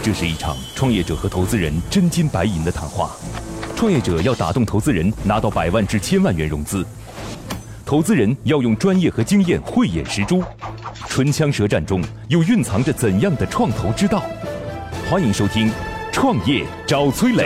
这是一场创业者和投资人真金白银的谈话。创业者要打动投资人，拿到100万至1000万元融资；投资人要用专业和经验慧眼识珠。唇枪舌战中，又蕴藏着怎样的创投之道？欢迎收听《创业找崔磊》。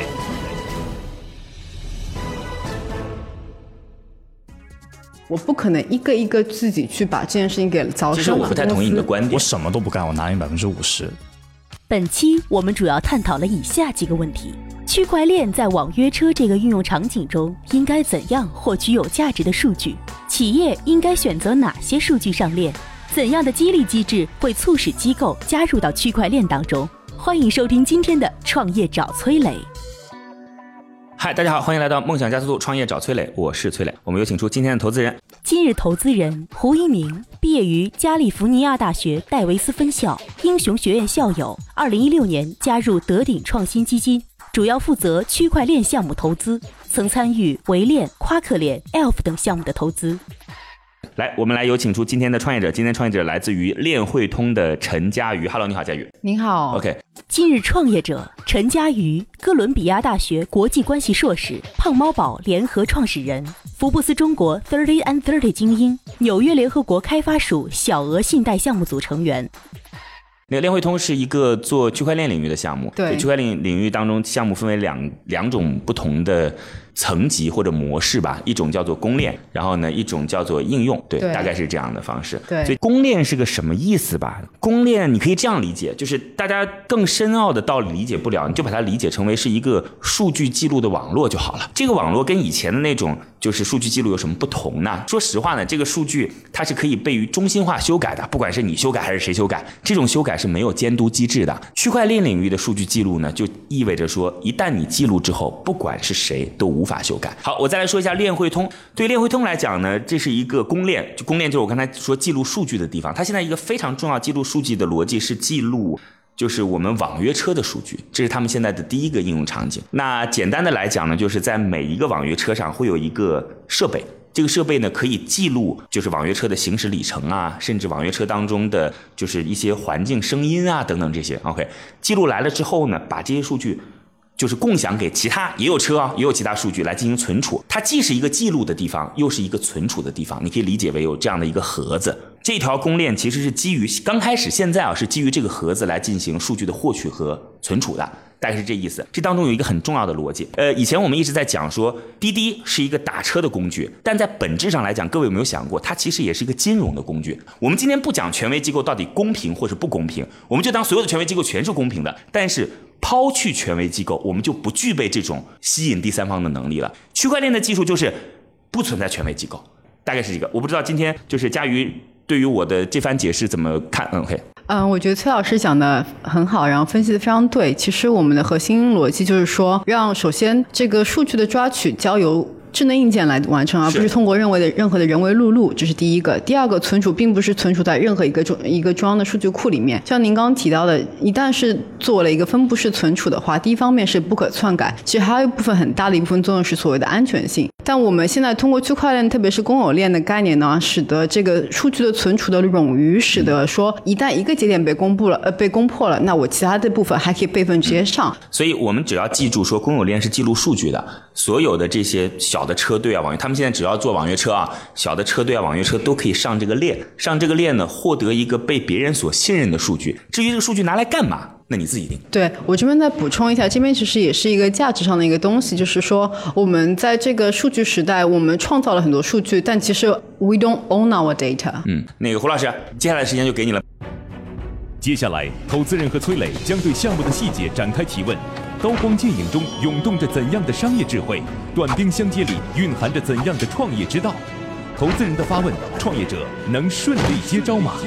我不可能一个一个自己去把这件事情给凿深。 其实我不太同意你的观点， 我什么都不干，我拿你50%。 本期我们主要探讨了以下几个问题：区块链在网约车这个应用场景中应该怎样获取有价值的数据？企业应该选择哪些数据上链？怎样的激励机制会促使机构加入到区块链当中？欢迎收听今天的创业找崔磊。 嗨，大家好，欢迎来到梦想加速度创业找崔磊，我是崔磊。我们有请出今天的投资人。 今日投资人胡一鸣，毕业于加利福尼亚大学戴维斯分校，英雄学院校友，2016年加入德鼎创新基金，主要负责区块链项目投资，曾参与维链、夸克链、Elf 等项目的投资。 来，我们来有请出今天的创业者。今天创业者来自于链汇通的陈佳瑜。Hello， 你好，佳瑜。 您好。 OK。 今日创业者陈佳瑜，哥伦比亚大学国际关系硕士，胖猫宝联合创始人，福布斯中国30 and 30精英，纽约联合国开发署小额信贷项目组成员。 那个链汇通是一个做区块链领域的项目。 对， 区块链领域当中，项目分为两种不同的层级或者模式吧，一种叫做公链，然后呢，一种叫做应用，对，大概是这样的方式。 对， 所以公链是个什么意思吧？公链你可以这样理解，就是大家更深奥的道理理解不了，你就把它理解成为是一个数据记录的网络就好了。这个网络跟以前的那种就是数据记录有什么不同呢？说实话呢，这个数据它是可以被中心化修改的，不管是你修改还是谁修改，这种修改是没有监督机制的。区块链领域的数据记录呢，就意味着说，一旦你记录之后，不管是谁都无法修改。好，我再来说一下链汇通。对链汇通来讲呢，这是一个公链，就公链就是我刚才说记录数据的地方。它现在一个非常重要记录数据的逻辑是记录就是我们网约车的数据，这是他们现在的第一个应用场景。那简单的来讲呢，就是在每一个网约车上会有一个设备，这个设备呢可以记录就是网约车的行驶里程啊，甚至网约车当中的就是一些环境声音啊等等这些。OK， 记录来了之后呢，把这些数据就是共享给其他也有车啊，也有其他数据来进行存储。它既是一个记录的地方，又是一个存储的地方，你可以理解为有这样的一个盒子。这条公链其实是基于刚开始现在是基于这个盒子来进行数据的获取和存储的，大概是这意思。这当中有一个很重要的逻辑。以前我们一直在讲说滴滴是一个打车的工具，但在本质上来讲，各位有没有想过，它其实也是一个金融的工具。我们今天不讲权威机构到底公平或是不公平，我们就当所有的权威机构全是公平的，但是抛去权威机构，我们就不具备这种吸引第三方的能力了。区块链的技术就是不存在权威机构，大概是这个。我不知道今天就是佳瑜对于我的这番解释怎么看？OK。 我觉得崔老师讲的很好，然后分析的非常对。其实我们的核心逻辑就是说，让首先这个数据的抓取交由智能硬件来完成，而不是通过任何的人为录入，这是第一个。第二个，存储并不是存储在任何一个中央的数据库里面。像您刚刚提到的，一旦是做了一个分布式存储的话，第一方面是不可篡改，其实还有一部分很大的一部分作用是所谓的安全性。但我们现在通过区块链，特别是公有链的概念呢，使得这个数据的存储的冗余，使得说一旦一个节点被攻破了，那我其他的部分还可以备份直接上。 所以我们只要记住说，公有链是记录数据的，所有的这些小的车队啊，他们现在只要做网约车啊，小的车队啊，网约车都可以上这个链，上这个链呢，获得一个被别人所信任的数据。至于这个数据拿来干嘛，那你自己定。 对，我这边再补充一下，这边其实也是一个价值上的一个东西，就是说我们在这个数据时代，我们创造了很多数据，但其实 we don't own our data。 那个胡老师，接下来时间就给你了。 接下来，投资人和崔磊将对项目的细节展开提问。刀光剑影中涌动着怎样的商业智慧？短兵相接里蕴含着怎样的创业之道？投资人的发问，创业者能顺利接招吗？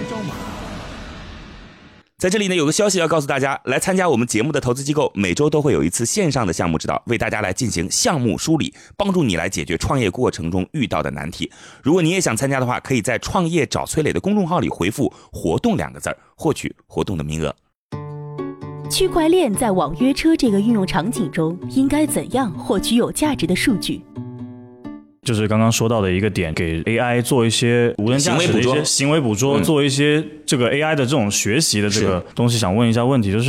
在这里呢，有个消息要告诉大家，来参加我们节目的投资机构每周都会有一次线上的项目指导，为大家来进行项目梳理，帮助你来解决创业过程中遇到的难题。如果你也想参加的话，可以在创业找崔磊的公众号里回复活动2个字，获取活动的名额。 区块链在网约车这个应用场景中应该怎样获取有价值的数据？ 就是刚刚说到的一个点，给 AI 做一些无人驾驶的一些行为捕捉，做一些这个 AI 的这种学习的这个东西。想问一下问题，就是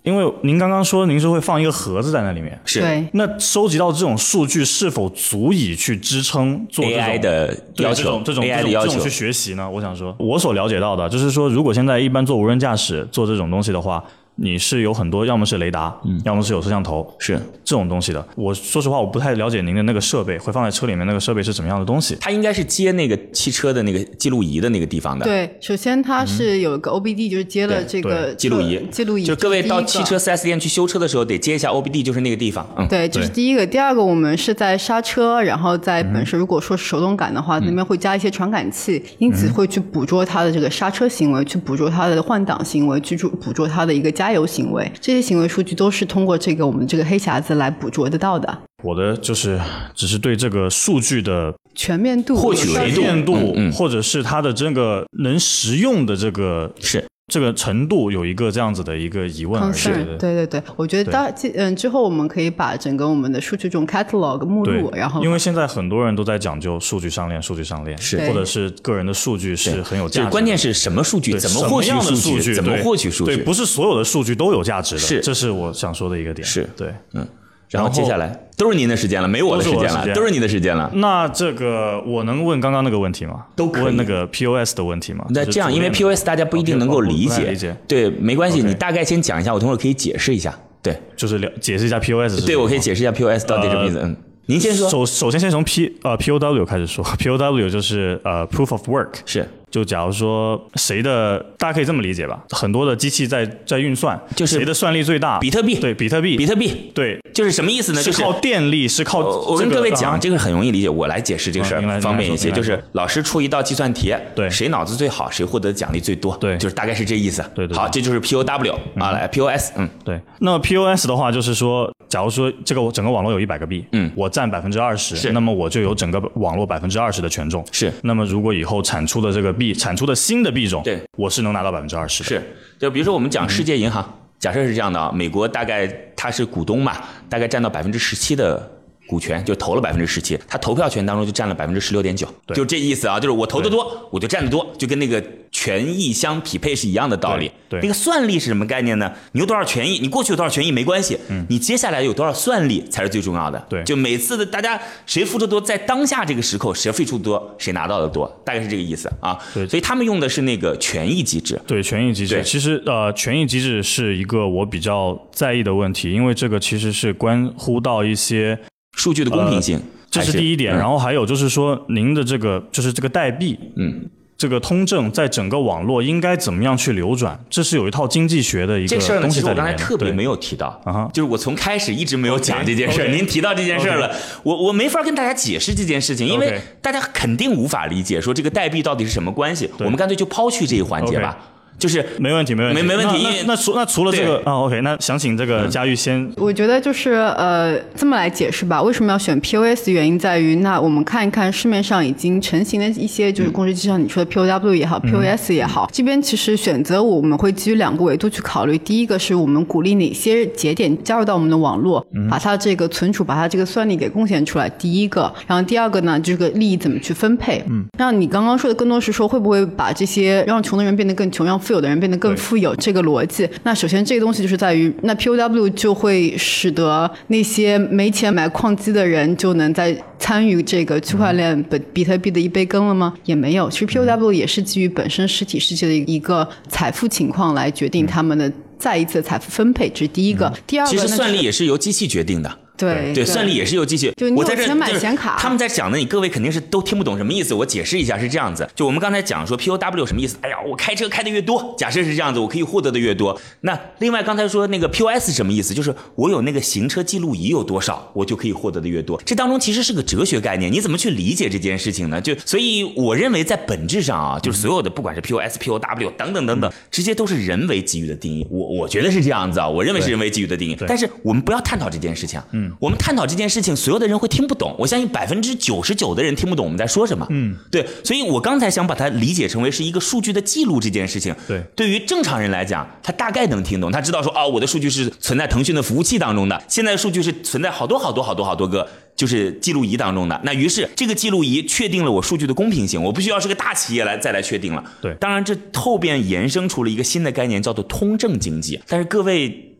因为您刚刚说您是会放一个盒子在那里面， 是对， 那收集到这种数据是否足以去支撑做这种 AI 的要求这种 AI 的要求去学习呢？我想说，我所了解到的就是说，如果现在一般做无人驾驶做这种东西的话，你是有很多，要么是雷达，要么是有摄像头， 是这种东西的。我说实话，我不太了解您的那个设备会放在车里面那个设备是什么样的东西。 它应该是接那个汽车的那个记录仪的那个地方的。 对，首先它是有一个 OBD，就是接了这个记录仪，就各位到汽车 4S 店去修车的时候得接一下 OBD， 就是那个地方。 对，这是第一个。第二个，我们是在刹车，然后在本身如果说是手动感的话，那边会加一些传感器，因此会去捕捉它的这个刹车行为，去捕捉它的换挡行为，去捕捉它的一个加油行为。这些行为数据都是通过这个我们这个黑匣子来捕捉得到的。 我的就是只是对这个数据的全面度、 获取维度，或者是它的这个能实用的这个是。 这个程度有一个这样子的一个疑问而已。 对，我觉得之后我们可以把整个我们的数据这种 catalog 目录，然后因为现在很多人都在讲究数据上链， 是或者是个人的数据是很有价值的。 关键是什么数据，怎么获取数据，怎么获取数据， 对，不是所有的数据都有价值的， 是， 这是我想说的一个点。 是对， 然后接下来都是您的时间了，没我的时间了，都是您的时间了。 那这个我能问刚刚那个问题吗？ 都可以问那个 POS 的问题吗？ 那这样，因为 POS 大家不一定能够理解，对，没关系，你大概先讲一下，我等会儿可以解释一下。对， 就是解释一下 POS。对， 我可以解释一下 POS 到底什么意思。您先说。 首先从POW 开始说 ，POW 就是proof of work， 是。 就假如说谁的，大家可以这么理解吧，很多的机器在运算， 就是谁的算力最大， 比特币， 对，比特币，对， 就是什么意思呢？ 是靠电力，是靠我跟各位讲，这个很容易理解，我来解释这个事儿方便一些。就是老师出一道计算题， 对， 谁脑子最好，谁获得奖励最多， 对， 就是大概是这意思。 对， 好，这就是 POW 啊，来 POS， 对。那么 POS 的话，就是说，假如说这个整个网络有100个币，我占20%，那么我就有整个网络20%的权重。 是。 那么如果以后产出的这个币，产出的新的币种， 对， 我是能拿到20%的。 是，就比如说我们讲世界银行，假设是这样的啊，美国大概它是股东嘛，大概占到17%的股权，就投了17%，他投票权当中就占了16.9%，就这意思啊，就是我投得多，我就占得多，就跟那个权益相匹配是一样的道理。 对， 那个算力是什么概念呢？你有多少权益，你过去有多少权益没关系，你接下来有多少算力才是最重要的。 对， 就每次的大家谁付出多，在当下这个时刻谁付出多，谁拿到的多，大概是这个意思啊。 对， 所以他们用的是那个权益机制。 对，权益机制。其实权益机制是一个我比较在意的问题，因为这个其实是关乎到一些数据的公平性， 这是第一点。然后还有就是说，您的这个就是这个代币，这个通证在整个网络应该怎么样去流转？这是有一套经济学的一个东西在里面的。 这事儿呢，其实我刚才特别没有提到，就是我从开始一直没有讲这件事儿。您提到这件事儿了，我没法跟大家解释这件事情，因为大家肯定无法理解说这个代币到底是什么关系。我们干脆就抛去这一环节吧。就是没问题。 没问题。 那除了这个OK， 那想请这个佳玉先。 我觉得就是这么来解释吧。为什么要选 POS 的原因在于，那我们看一看市面上已经成型的一些就是工具机，像你说的 POW 也好，POS 也好，这边其实选择我们会基于2个维度去考虑。第一个是我们鼓励哪些节点加入到我们的网络，把它这个存储，把它这个算力给贡献出来。第一个，然后第二个呢，这个利益怎么去分配？让你刚刚说的更多是说会不会把这些让穷的人变得更穷，让富有的人变得更富有这个逻辑。那首先这个东西就是在于，那 POW 就会使得那些没钱买矿机的人就能在参与这个区块链比特币的一杯羹了吗？也没有。其实 POW 也是基于本身实体世界的一个财富情况来决定他们的再一次财富分配，这是第一个。第二个， 其实算力也是由机器决定的。 对， 算力也是由机器。 就你有钱买显卡， 他们在讲的，你各位肯定是都听不懂什么意思。我解释一下，是这样子。就我们刚才讲说 POW 什么意思？哎呀，我开车开的越多，假设是这样子，我可以获得的越多。那另外刚才说那个 POS 什么意思？就是我有那个行车记录仪有多少，我就可以获得的越多。这当中其实是个哲学概念，你怎么去理解这件事情呢？所以我认为在本质上啊，就是所有的不管是 POS、POW 等等等等，直接都是人为给予的定义。我觉得是这样子啊，我认为是人为给予的定义。但是我们不要探讨这件事情，我们探讨这件事情，所有的人会听不懂。我相信99%的人听不懂我们在说什么。对，所以我刚才想把它理解成为是一个数据的记录这件事情。对于正常人来讲，他大概能听懂，他知道说我的数据是存在腾讯的服务器当中的，现在的数据是存在好多个就是记录仪当中的。那于是这个记录仪确定了我数据的公平性，我不需要是个大企业再来确定了。 对， 当然这后边延伸出了一个新的概念，叫做通证经济。但是各位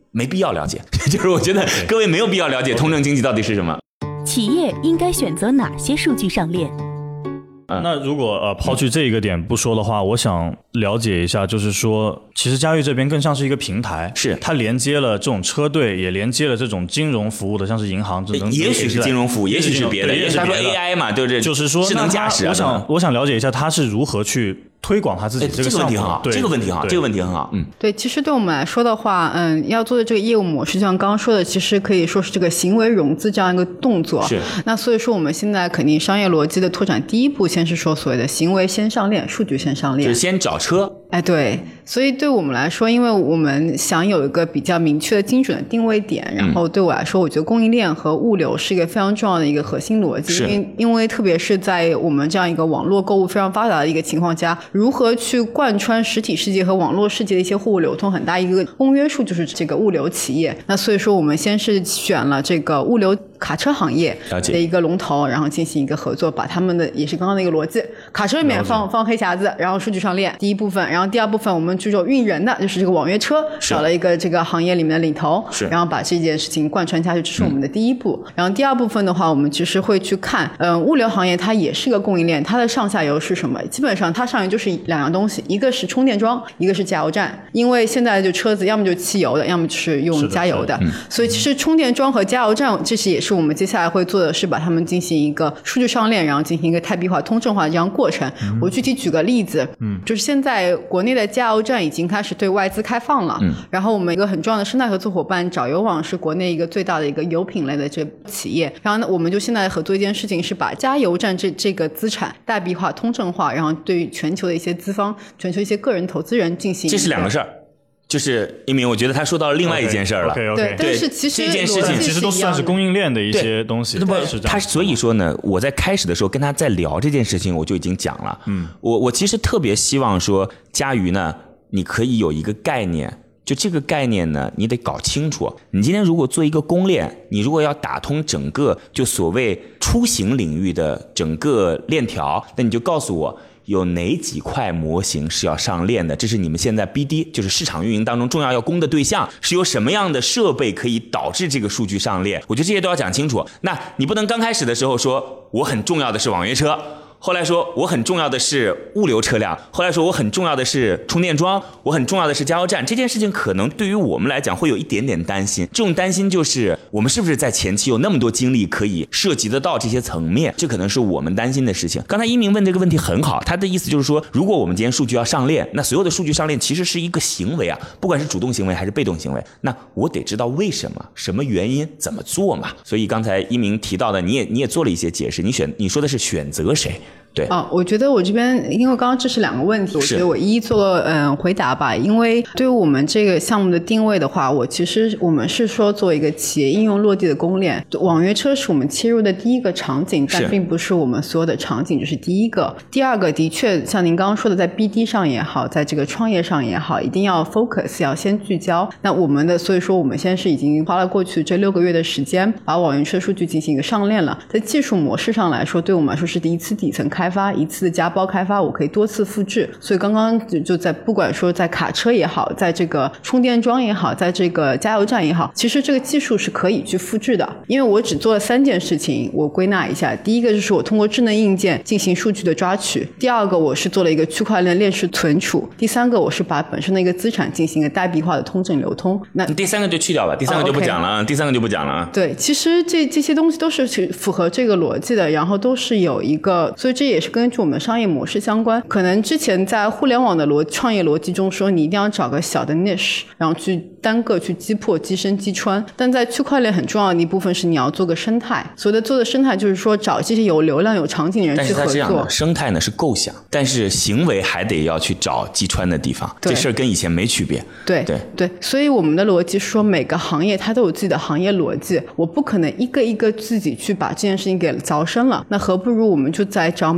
没必要了解，就是我觉得各位没有必要了解通证经济到底是什么。 企业应该选择哪些数据上链？ 那如果抛去这一个点不说的话，我想了解一下，就是说，其实嘉裕这边更像是一个平台， 是它连接了这种车队，也连接了这种金融服务的，像是银行， 也许是金融服务，也许是别的，也许他说 AI 嘛，就是说智能驾驶啊。 我想了解一下，他是如何去推广他自己这个项目。 这个问题好，这个问题很好。 对，其实对我们来说的话，要做的这个业务模式，就像刚刚说的，其实可以说是这个行为融资这样一个动作。 是。 那所以说，我们现在肯定商业逻辑的拓展，第一步先是说所谓的行为先上链，数据先上链， 就是先找车。 哎，对，所以对我们来说，因为我们想有一个比较明确的、精准的定位点，然后对我来说，我觉得供应链和物流是一个非常重要的一个核心逻辑。因为特别是在我们这样一个网络购物非常发达的一个情况下，如何去贯穿实体世界和网络世界的一些货物流通，很大一个公约数就是这个物流企业。那所以说，我们先是选了这个物流卡车行业的一个龙头，然后进行一个合作，把他们的也是刚刚的一个逻辑，卡车里面放黑匣子，然后数据上链，第一部分。然后第二部分我们就有运人的，就是这个网约车，找了一个这个行业里面的领头，然后把这件事情贯穿下去，这是我们的第一步。然后第二部分的话，我们其实会去看，物流行业它也是个供应链，它的上下游是什么？基本上它上游就是两样东西，一个是充电桩，一个是加油站。因为现在就车子要么就汽油的，要么就是用加油的，所以其实充电桩和加油站，这是也是我们接下来会做的是把它们进行一个数据上链，然后进行一个太币化、通证化的这样过程。我具体举个例子，就是现在国内的加油站已经开始对外资开放了，然后我们一个很重要的生态合作伙伴找油网是国内一个最大的一个油品类的这个企业，然后呢，我们就现在合作一件事情是把加油站这个资产代币化、通证化，然后对于全球的一些资方、全球一些个人投资人进行， 这是两个事儿。就是一鸣，我觉得他说到了另外一件事了。 对，但是其实这件事情其实都算是供应链的一些东西。 他所以说呢，我在开始的时候跟他在聊这件事情，我就已经讲了。我其实特别希望说，嘉瑜呢，你可以有一个概念。就这个概念呢，你得搞清楚。你今天如果做一个公链，你如果要打通整个就所谓出行领域的整个链条，那你就告诉我有哪几块模型是要上链的，这是你们现在 BD 就是市场运营当中重要要攻的对象，是有什么样的设备可以导致这个数据上链，我觉得这些都要讲清楚。那你不能刚开始的时候说我很重要的是网约车，后来说我很重要的是物流车辆，后来说我很重要的是充电桩，我很重要的是加油站。这件事情可能对于我们来讲会有一点点担心，这种担心就是我们是不是在前期有那么多精力可以涉及得到这些层面，这可能是我们担心的事情。刚才一鸣问这个问题很好，他的意思就是说，如果我们今天数据要上链，那所有的数据上链其实是一个行为啊，不管是主动行为还是被动行为，那我得知道为什么，什么原因，怎么做嘛。所以刚才一鸣提到的，你也做了一些解释，你说的是选择谁？对我觉得我这边因为刚刚这是两个问题，我觉得我一一做回答吧。因为对于我们这个项目的定位的话，我们是说做一个企业应用落地的公链，网约车是我们切入的第一个场景，但并不是我们所有的场景，就是第一个。第二个的确像您刚刚说的，在 BD 上也好，在这个创业上也好，一定要 focus， 要先聚焦。那所以说我们现在是已经花了过去这6个月的时间，把网约车数据进行一个上链了。在技术模式上来说，对我们来说是第一次底层开发，一次的加包开发，我可以多次复制。所以刚刚就在不管说在卡车也好，在这个充电桩也好，在这个加油站也好，其实这个技术是可以去复制的。因为我只做了3件事情，我归纳一下。第一个就是我通过智能硬件进行数据的抓取，第二个我是做了一个区块链链式存储，第三个我是把本身的一个资产进行一个代币化的通证流通。那第三个就去掉吧，第三个就不讲了，第三个就不讲了。 对，其实这些东西都是符合这个逻辑的，然后都是有一个，所以这也是根据我们商业模式相关。可能之前在互联网的创业逻辑中说，你一定要找个小的 niche， 然后去单个去击破、击深、击穿。但在区块链很重要的一部分是你要做个生态，所谓的做的生态就是说找这些有流量、有场景的人去合作。但是它这样的生态呢是构想，但是行为还得要去找击穿的地方，这事儿跟以前没区别。 对，所以我们的逻辑是说，每个行业它都有自己的行业逻辑，我不可能一个一个自己去把这件事情给凿深了，那何不如我们就在找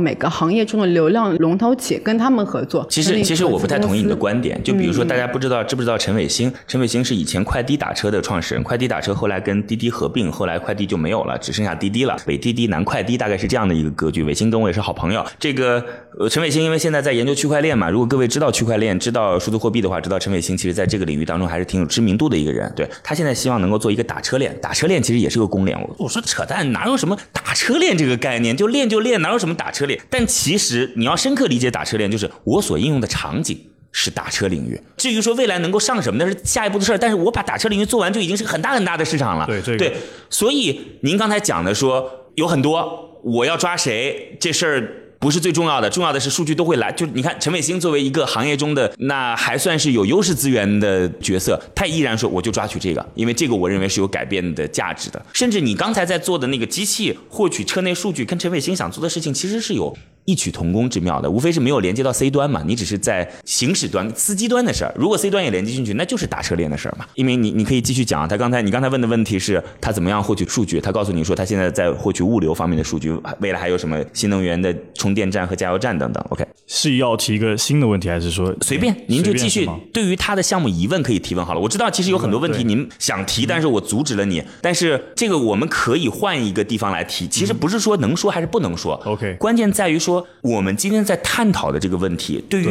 每个行业中的流量龙头企业，跟他们合作。 其实我不太同意你的观点，就比如说大家知不知道陈伟星？陈伟星是以前快滴打车的创始人，快滴打车后来跟滴滴合并，后来快滴就没有了，只剩下滴滴了，北滴滴南快滴，大概是这样的一个格局。伟星跟我也是好朋友，这个陈伟星因为现在在研究区块链嘛，如果各位知道区块链，知道数字货币的话，知道陈伟星其实在这个领域当中还是挺有知名度的一个人。对，他现在希望能够做一个打车链，打车链其实也是个公链。我说扯淡，哪有什么打车链这个概念，就链，哪有什么打车链？但其实你要深刻理解打车链，就是我所应用的场景是打车领域，至于说未来能够上什么那是下一步的事儿，但是我把打车领域做完就已经是很大很大的市场了。对，所以您刚才讲的说有很多我要抓谁这事儿不是最重要的，重要的是数据都会来。就你看陈伟星作为一个行业中的那还算是有优势资源的角色，他依然说我就抓取这个，因为这个我认为是有改变的价值的。甚至你刚才在做的那个机器获取车内数据，跟陈伟星想做的事情其实是有异曲同工之妙的，无非是没有连接到 C 端嘛，你只是在行驶端司机端的事儿，如果 C 端也连接进去，那就是打车链的事儿嘛。因为你可以继续讲，你刚才问的问题是他怎么样获取数据，他告诉你说他现在在获取物流方面的数据，未来还有什么新能源的充电站和加油站等等。 OK， 是要提一个新的问题还是说随便您就继续对于他的项目疑问可以提问好了。我知道其实有很多问题您想提，但是我阻止了你，但是这个我们可以换一个地方来提，其实不是说能说还是不能说。 OK， 关键在于说我们今天在探讨的这个问题对于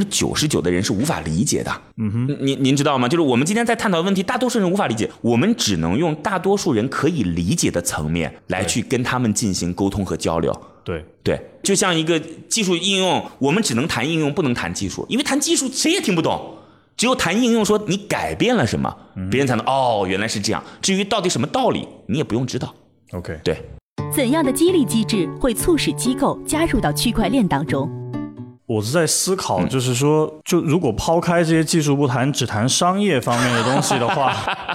99%的人是无法理解的。您知道吗？就是我们今天在探讨的问题大多数人无法理解，我们只能用大多数人可以理解的层面来去跟他们进行沟通和交流。对，就像一个技术应用，我们只能谈应用不能谈技术，因为谈技术谁也听不懂，只有谈应用，说你改变了什么，别人才能原来是这样，至于到底什么道理你也不用知道。 OK， 对。 怎样的激励机制会促使机构加入到区块链当中？ 我是在思考，就是说，就如果抛开这些技术不谈，只谈商业方面的东西的话，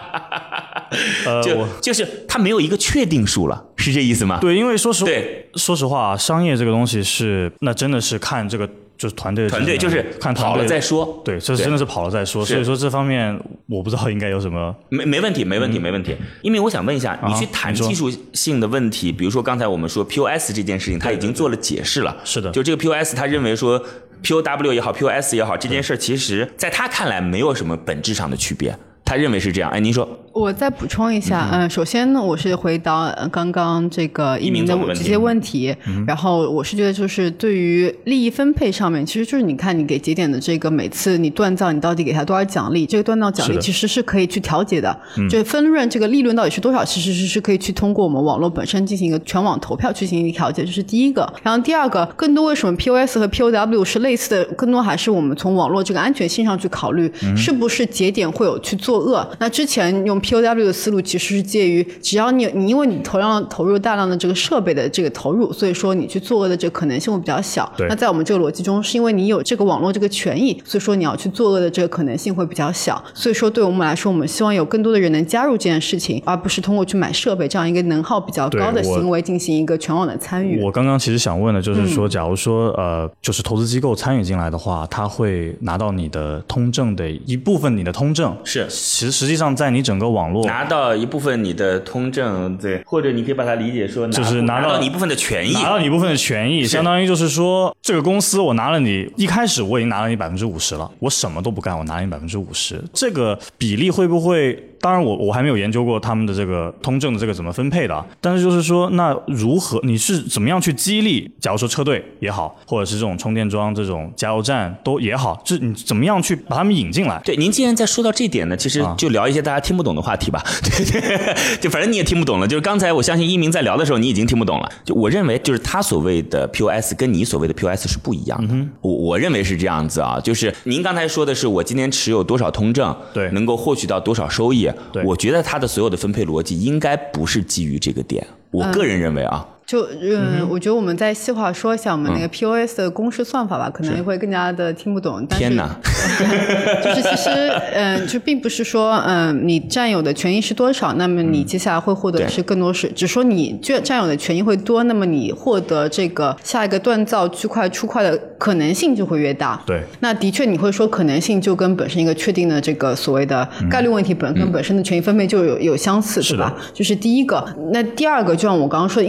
就是它没有一个确定数了，是这意思吗？ 对，因为说实话，商业这个东西那真的是看这个就是团队就是看跑了再说。 对，这真的是跑了再说。所以说这方面我不知道应该有什么。 没问题。因为我想问一下，你去谈技术性的问题，比如说刚才我们说 POS 这件事情，他已经做了解释了。 是的， 就这个 POS， 他认为说 POW 也好 ，POS 也好，这件事其实在他看来没有什么本质上的区别。他认为是这样。您说。 我再补充一下，首先呢，我是回答刚刚这个一鸣的这些问题，然后我是觉得就是对于利益分配上面，其实就是你看你给节点的这个每次你锻造，你到底给他多少奖励，这个锻造奖励其实是可以去调节的，就是分润这个利润到底是多少，其实是可以去通过我们网络本身进行一个全网投票去进行一个调节，这是第一个。然后第二个，更多为什么 POS 和 POW 是类似的，更多还是我们从网络这个安全性上去考虑，是不是节点会有去作恶。那之前用 POW 的思路其实是介于只要你因为你投入大量的这个设备的这个投入，所以说你去作恶的这个可能性会比较小。那在我们这个逻辑中，是因为你有这个网络这个权益，所以说你要去作恶的这个可能性会比较小。所以说对我们来说，我们希望有更多的人能加入这件事情，而不是通过去买设备这样一个能耗比较高的行为进行一个全网的参与。 我刚刚其实想问的就是说，假如说就是投资机构参与进来的话，他会拿到你的通证的一部分，你的通证是实际上在你整个网络拿到一部分你的通证，对，或者你可以把它理解说就是拿到你一部分的权益， 相当于就是说这个公司我拿了你，一开始我已经拿了你 50% 了，我什么都不干，我拿了你 50%， 这个比例会不会，当然我还没有研究过他们的这个通证的这个怎么分配的，但是就是说那如何你是怎么样去激励，假如说车队也好，或者是这种充电桩这种加油站都也好，这你怎么样去把他们引进来。 对，您既然在说到这点呢，其实就聊一些大家听不懂的话题吧。对，就反正你也听不懂了，就是刚才我相信一鸣在聊的时候你已经听不懂了，就我认为就是他所谓的 POS 跟你所谓的 POS 是不一样的。我认为是这样子啊，就是您刚才说的是我今天持有多少通证， 对， 能够获取到多少收益， 对， 我觉得他的所有的分配逻辑应该不是基于这个点，我个人认为啊。 我觉得我们再细化说一下我们那个 POS 的公式算法吧，可能会更加的听不懂。但是天哪！ 就是其实就并不是说你占有的权益是多少，那么你接下来会获得的是更多只说你占有的权益会多，那么你获得这个下一个锻造区块出块的可能性就会越大。 对， 那的确你会说可能性就跟本身一个确定的这个所谓的概率问题跟本身的权益分配就有相似，对吧？就是第一个。那第二个就像我刚刚说的，因为你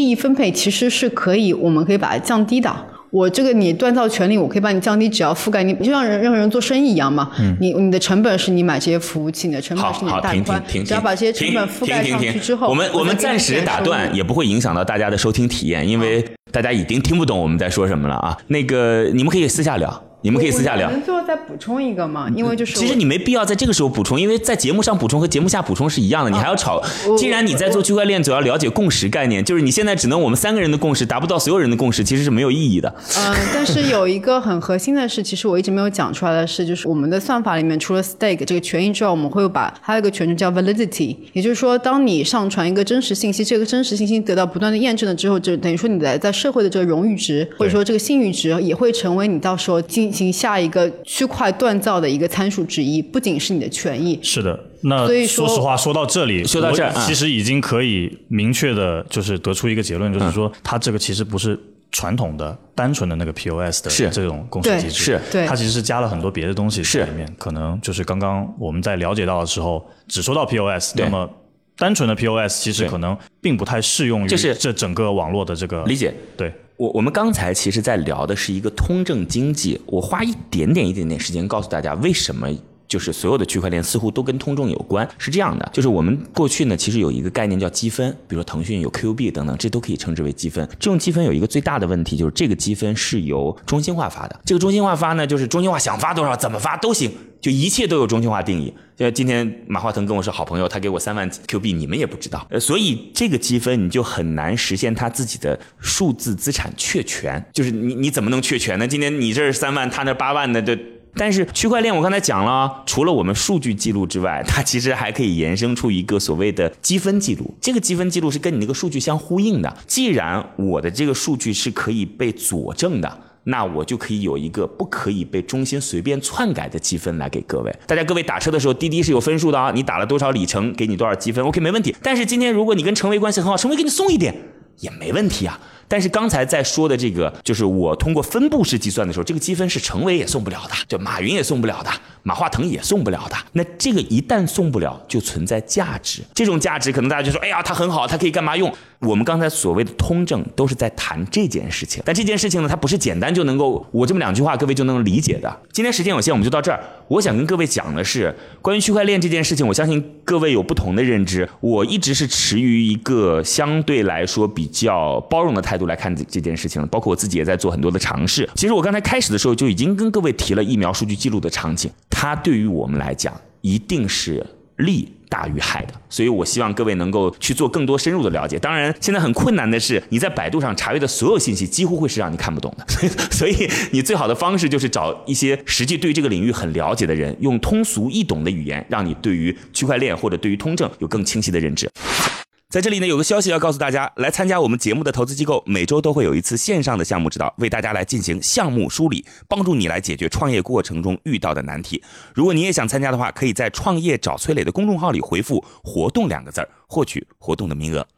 利益分配其实是可以，我们可以把它降低的。我这个你锻造权利，我可以把你降低，只要覆盖你，就像任何人做生意一样嘛。你的成本是你买这些服务器，你的成本是你的大宽，只要把这些成本覆盖上去之后， 我们暂时打断，也不会影响到大家的收听体验，因为大家已经听不懂我们在说什么了啊。那个你们可以私下聊。你们可以私下聊。 我们最后再补充一个嘛，因为就是其实你没必要在这个时候补充，因为在节目上补充和节目下补充是一样的，你还要吵。既然你在做区块链，总要了解共识概念，就是你现在只能我们3个人的共识达不到所有人的共识，其实是没有意义的。 但是有一个很核心的是，其实我一直没有讲出来的是，就是我们的算法里面除了 stake 这个权益之外，我们会把还有一个权重叫 validity， 也就是说，当你上传一个真实信息，这个真实信息得到不断的验证了之后，就等于说你在社会的这个荣誉值或者说这个信誉值也会成为你到时候进行下一个区块锻造的一个参数之一，不仅是你的权益。 是的，那说实话，说到这里，其实已经可以明确的，就是得出一个结论，就是说，它这个其实不是传统的、单纯的那个 POS 的这种共识机制，它其实是加了很多别的东西在里面。可能就是刚刚我们在了解到的时候，只说到 POS， 那么单纯的 POS 其实可能并不太适用于这整个网络的这个理解。 对。 我们刚才其实在聊的是一个通证经济，我花一点点时间告诉大家为什么就是所有的区块链似乎都跟通证有关。是这样的，就是我们过去呢其实有一个概念叫积分，比如说腾讯有 Q 币等等，这都可以称之为积分。这种积分有一个最大的问题，就是这个积分是由中心化发的。这个中心化发呢，就是中心化想发多少怎么发都行，就一切都有中心化定义。就今天马化腾跟我是好朋友，他给我3万 Q 币，你们也不知道。所以这个积分你就很难实现他自己的数字资产确权，就是你怎么能确权呢？今天你这是3万，他那8万的，但是区块链我刚才讲了，除了我们数据记录之外，它其实还可以延伸出一个所谓的积分记录。这个积分记录是跟你那个数据相呼应的。既然我的这个数据是可以被佐证的，那我就可以有一个不可以被中心随便篡改的积分来给各位。各位打车的时候，滴滴是有分数的啊，你打了多少里程给你多少积分 ，OK 没问题。但是今天如果你跟程维关系很好，程维给你送一点也没问题啊。但是刚才在说的这个，就是我通过分布式计算的时候，这个积分是程维也送不了的，就马云也送不了的，马化腾也送不了的。那这个一旦送不了，就存在价值。这种价值可能大家就说，哎呀，它很好，它可以干嘛用？我们刚才所谓的通证都是在谈这件事情，但这件事情呢，它不是简单就能够我这么2句话各位就能理解的。今天时间有限，我们就到这儿。我想跟各位讲的是关于区块链这件事情，我相信各位有不同的认知。我一直是持于一个相对来说比较包容的态度来看这件事情，包括我自己也在做很多的尝试。其实我刚才开始的时候就已经跟各位提了疫苗数据记录的场景，它对于我们来讲一定是利大于害的，所以我希望各位能够去做更多深入的了解。当然现在很困难的是，你在百度上查阅的所有信息几乎会是让你看不懂的，所以你最好的方式就是找一些实际对这个领域很了解的人，用通俗易懂的语言，让你对于区块链或者对于通证有更清晰的认知。在这里呢，有个消息要告诉大家，来参加我们节目的投资机构每周都会有一次线上的项目指导，为大家来进行项目梳理，帮助你来解决创业过程中遇到的难题。如果你也想参加的话，可以在创业找崔磊的公众号里回复活动2个字，获取活动的名额。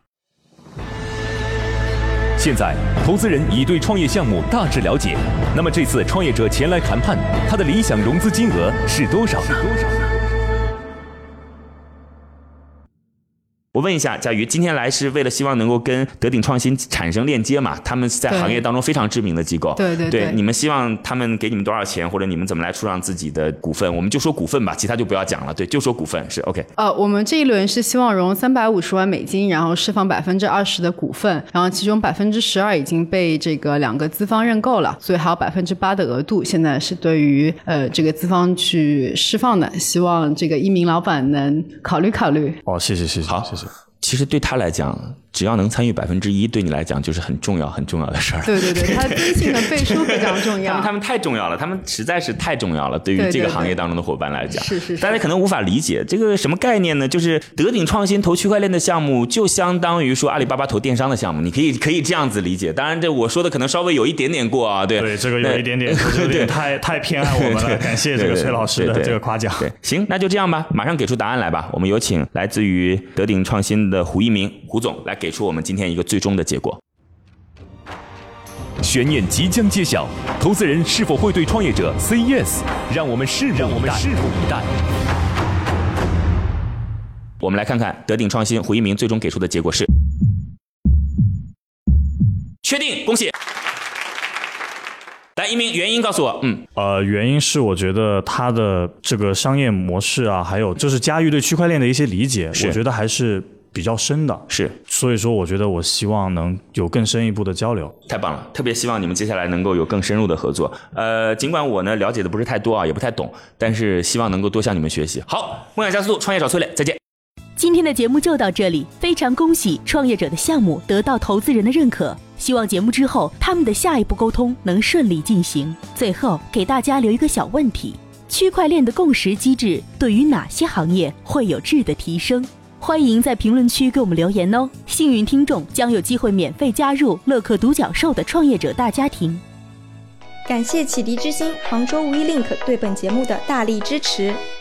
现在投资人已对创业项目大致了解，那么这次创业者前来谈判，他的理想融资金额是多少呢？ 我问一下佳瑜，今天来是为了希望能够跟德鼎创新产生链接嘛？他们在行业当中非常知名的机构。 对， 你们希望他们给你们多少钱，或者你们怎么来出让自己的股份？我们就说股份吧，其他就不要讲了。对，就说股份是 OK。 我们这一轮是希望融350万美金，然后释放20%的股份，然后其中12%已经被这个2个资方认购了，所以还有8%的额度，现在是对于这个资方去释放的，希望这个一鸣老板能考虑考虑。 谢谢， 好， 谢谢。 其实对他来讲，只要能参与1%，对你来讲就是很重要的事儿。 对，他征信的背书非常重要。 他们太重要了，他们实在是太重要了，对于这个行业当中的伙伴来讲。 是。 大家可能无法理解这个什么概念呢？就是德鼎创新投区块链的项目，就相当于说阿里巴巴投电商的项目，你可以这样子理解。当然，这我说的可能稍微有一点点过啊。对， 这个有一点点，有点太偏爱我们了。感谢这个崔老师的这个夸奖。 对，行，那就这样吧，马上给出答案来吧。我们有请来自于德鼎创新的胡一鸣胡总来给出我们今天一个最终的结果。 悬念即将揭晓，投资人是否会对创业者 say yes？ 让我们拭目以待。 我们来看看德鼎创新胡一鸣最终给出的结果是确定，恭喜。来，一鸣，原因告诉我。 原因是我觉得它的这个商业模式啊，还有就是嘉裕对区块链的一些理解，我觉得还是比较深的。 是， 所以说我觉得我希望能有更深一步的交流。 太棒了，特别希望你们接下来能够有更深入的合作。尽管我呢了解的不是太多啊，也不太懂，但是希望能够多向你们学习。好，梦想加速度，创业找崔磊，再见。 今天的节目就到这里，非常恭喜创业者的项目得到投资人的认可。希望节目之后他们的下一步沟通能顺利进行。最后给大家留一个小问题：区块链的共识机制对于哪些行业会有质的提升？欢迎在评论区给我们留言哦，幸运听众将有机会免费加入乐客独角兽的创业者大家庭。 感谢启迪之星、杭州无一 link 对本节目的大力支持。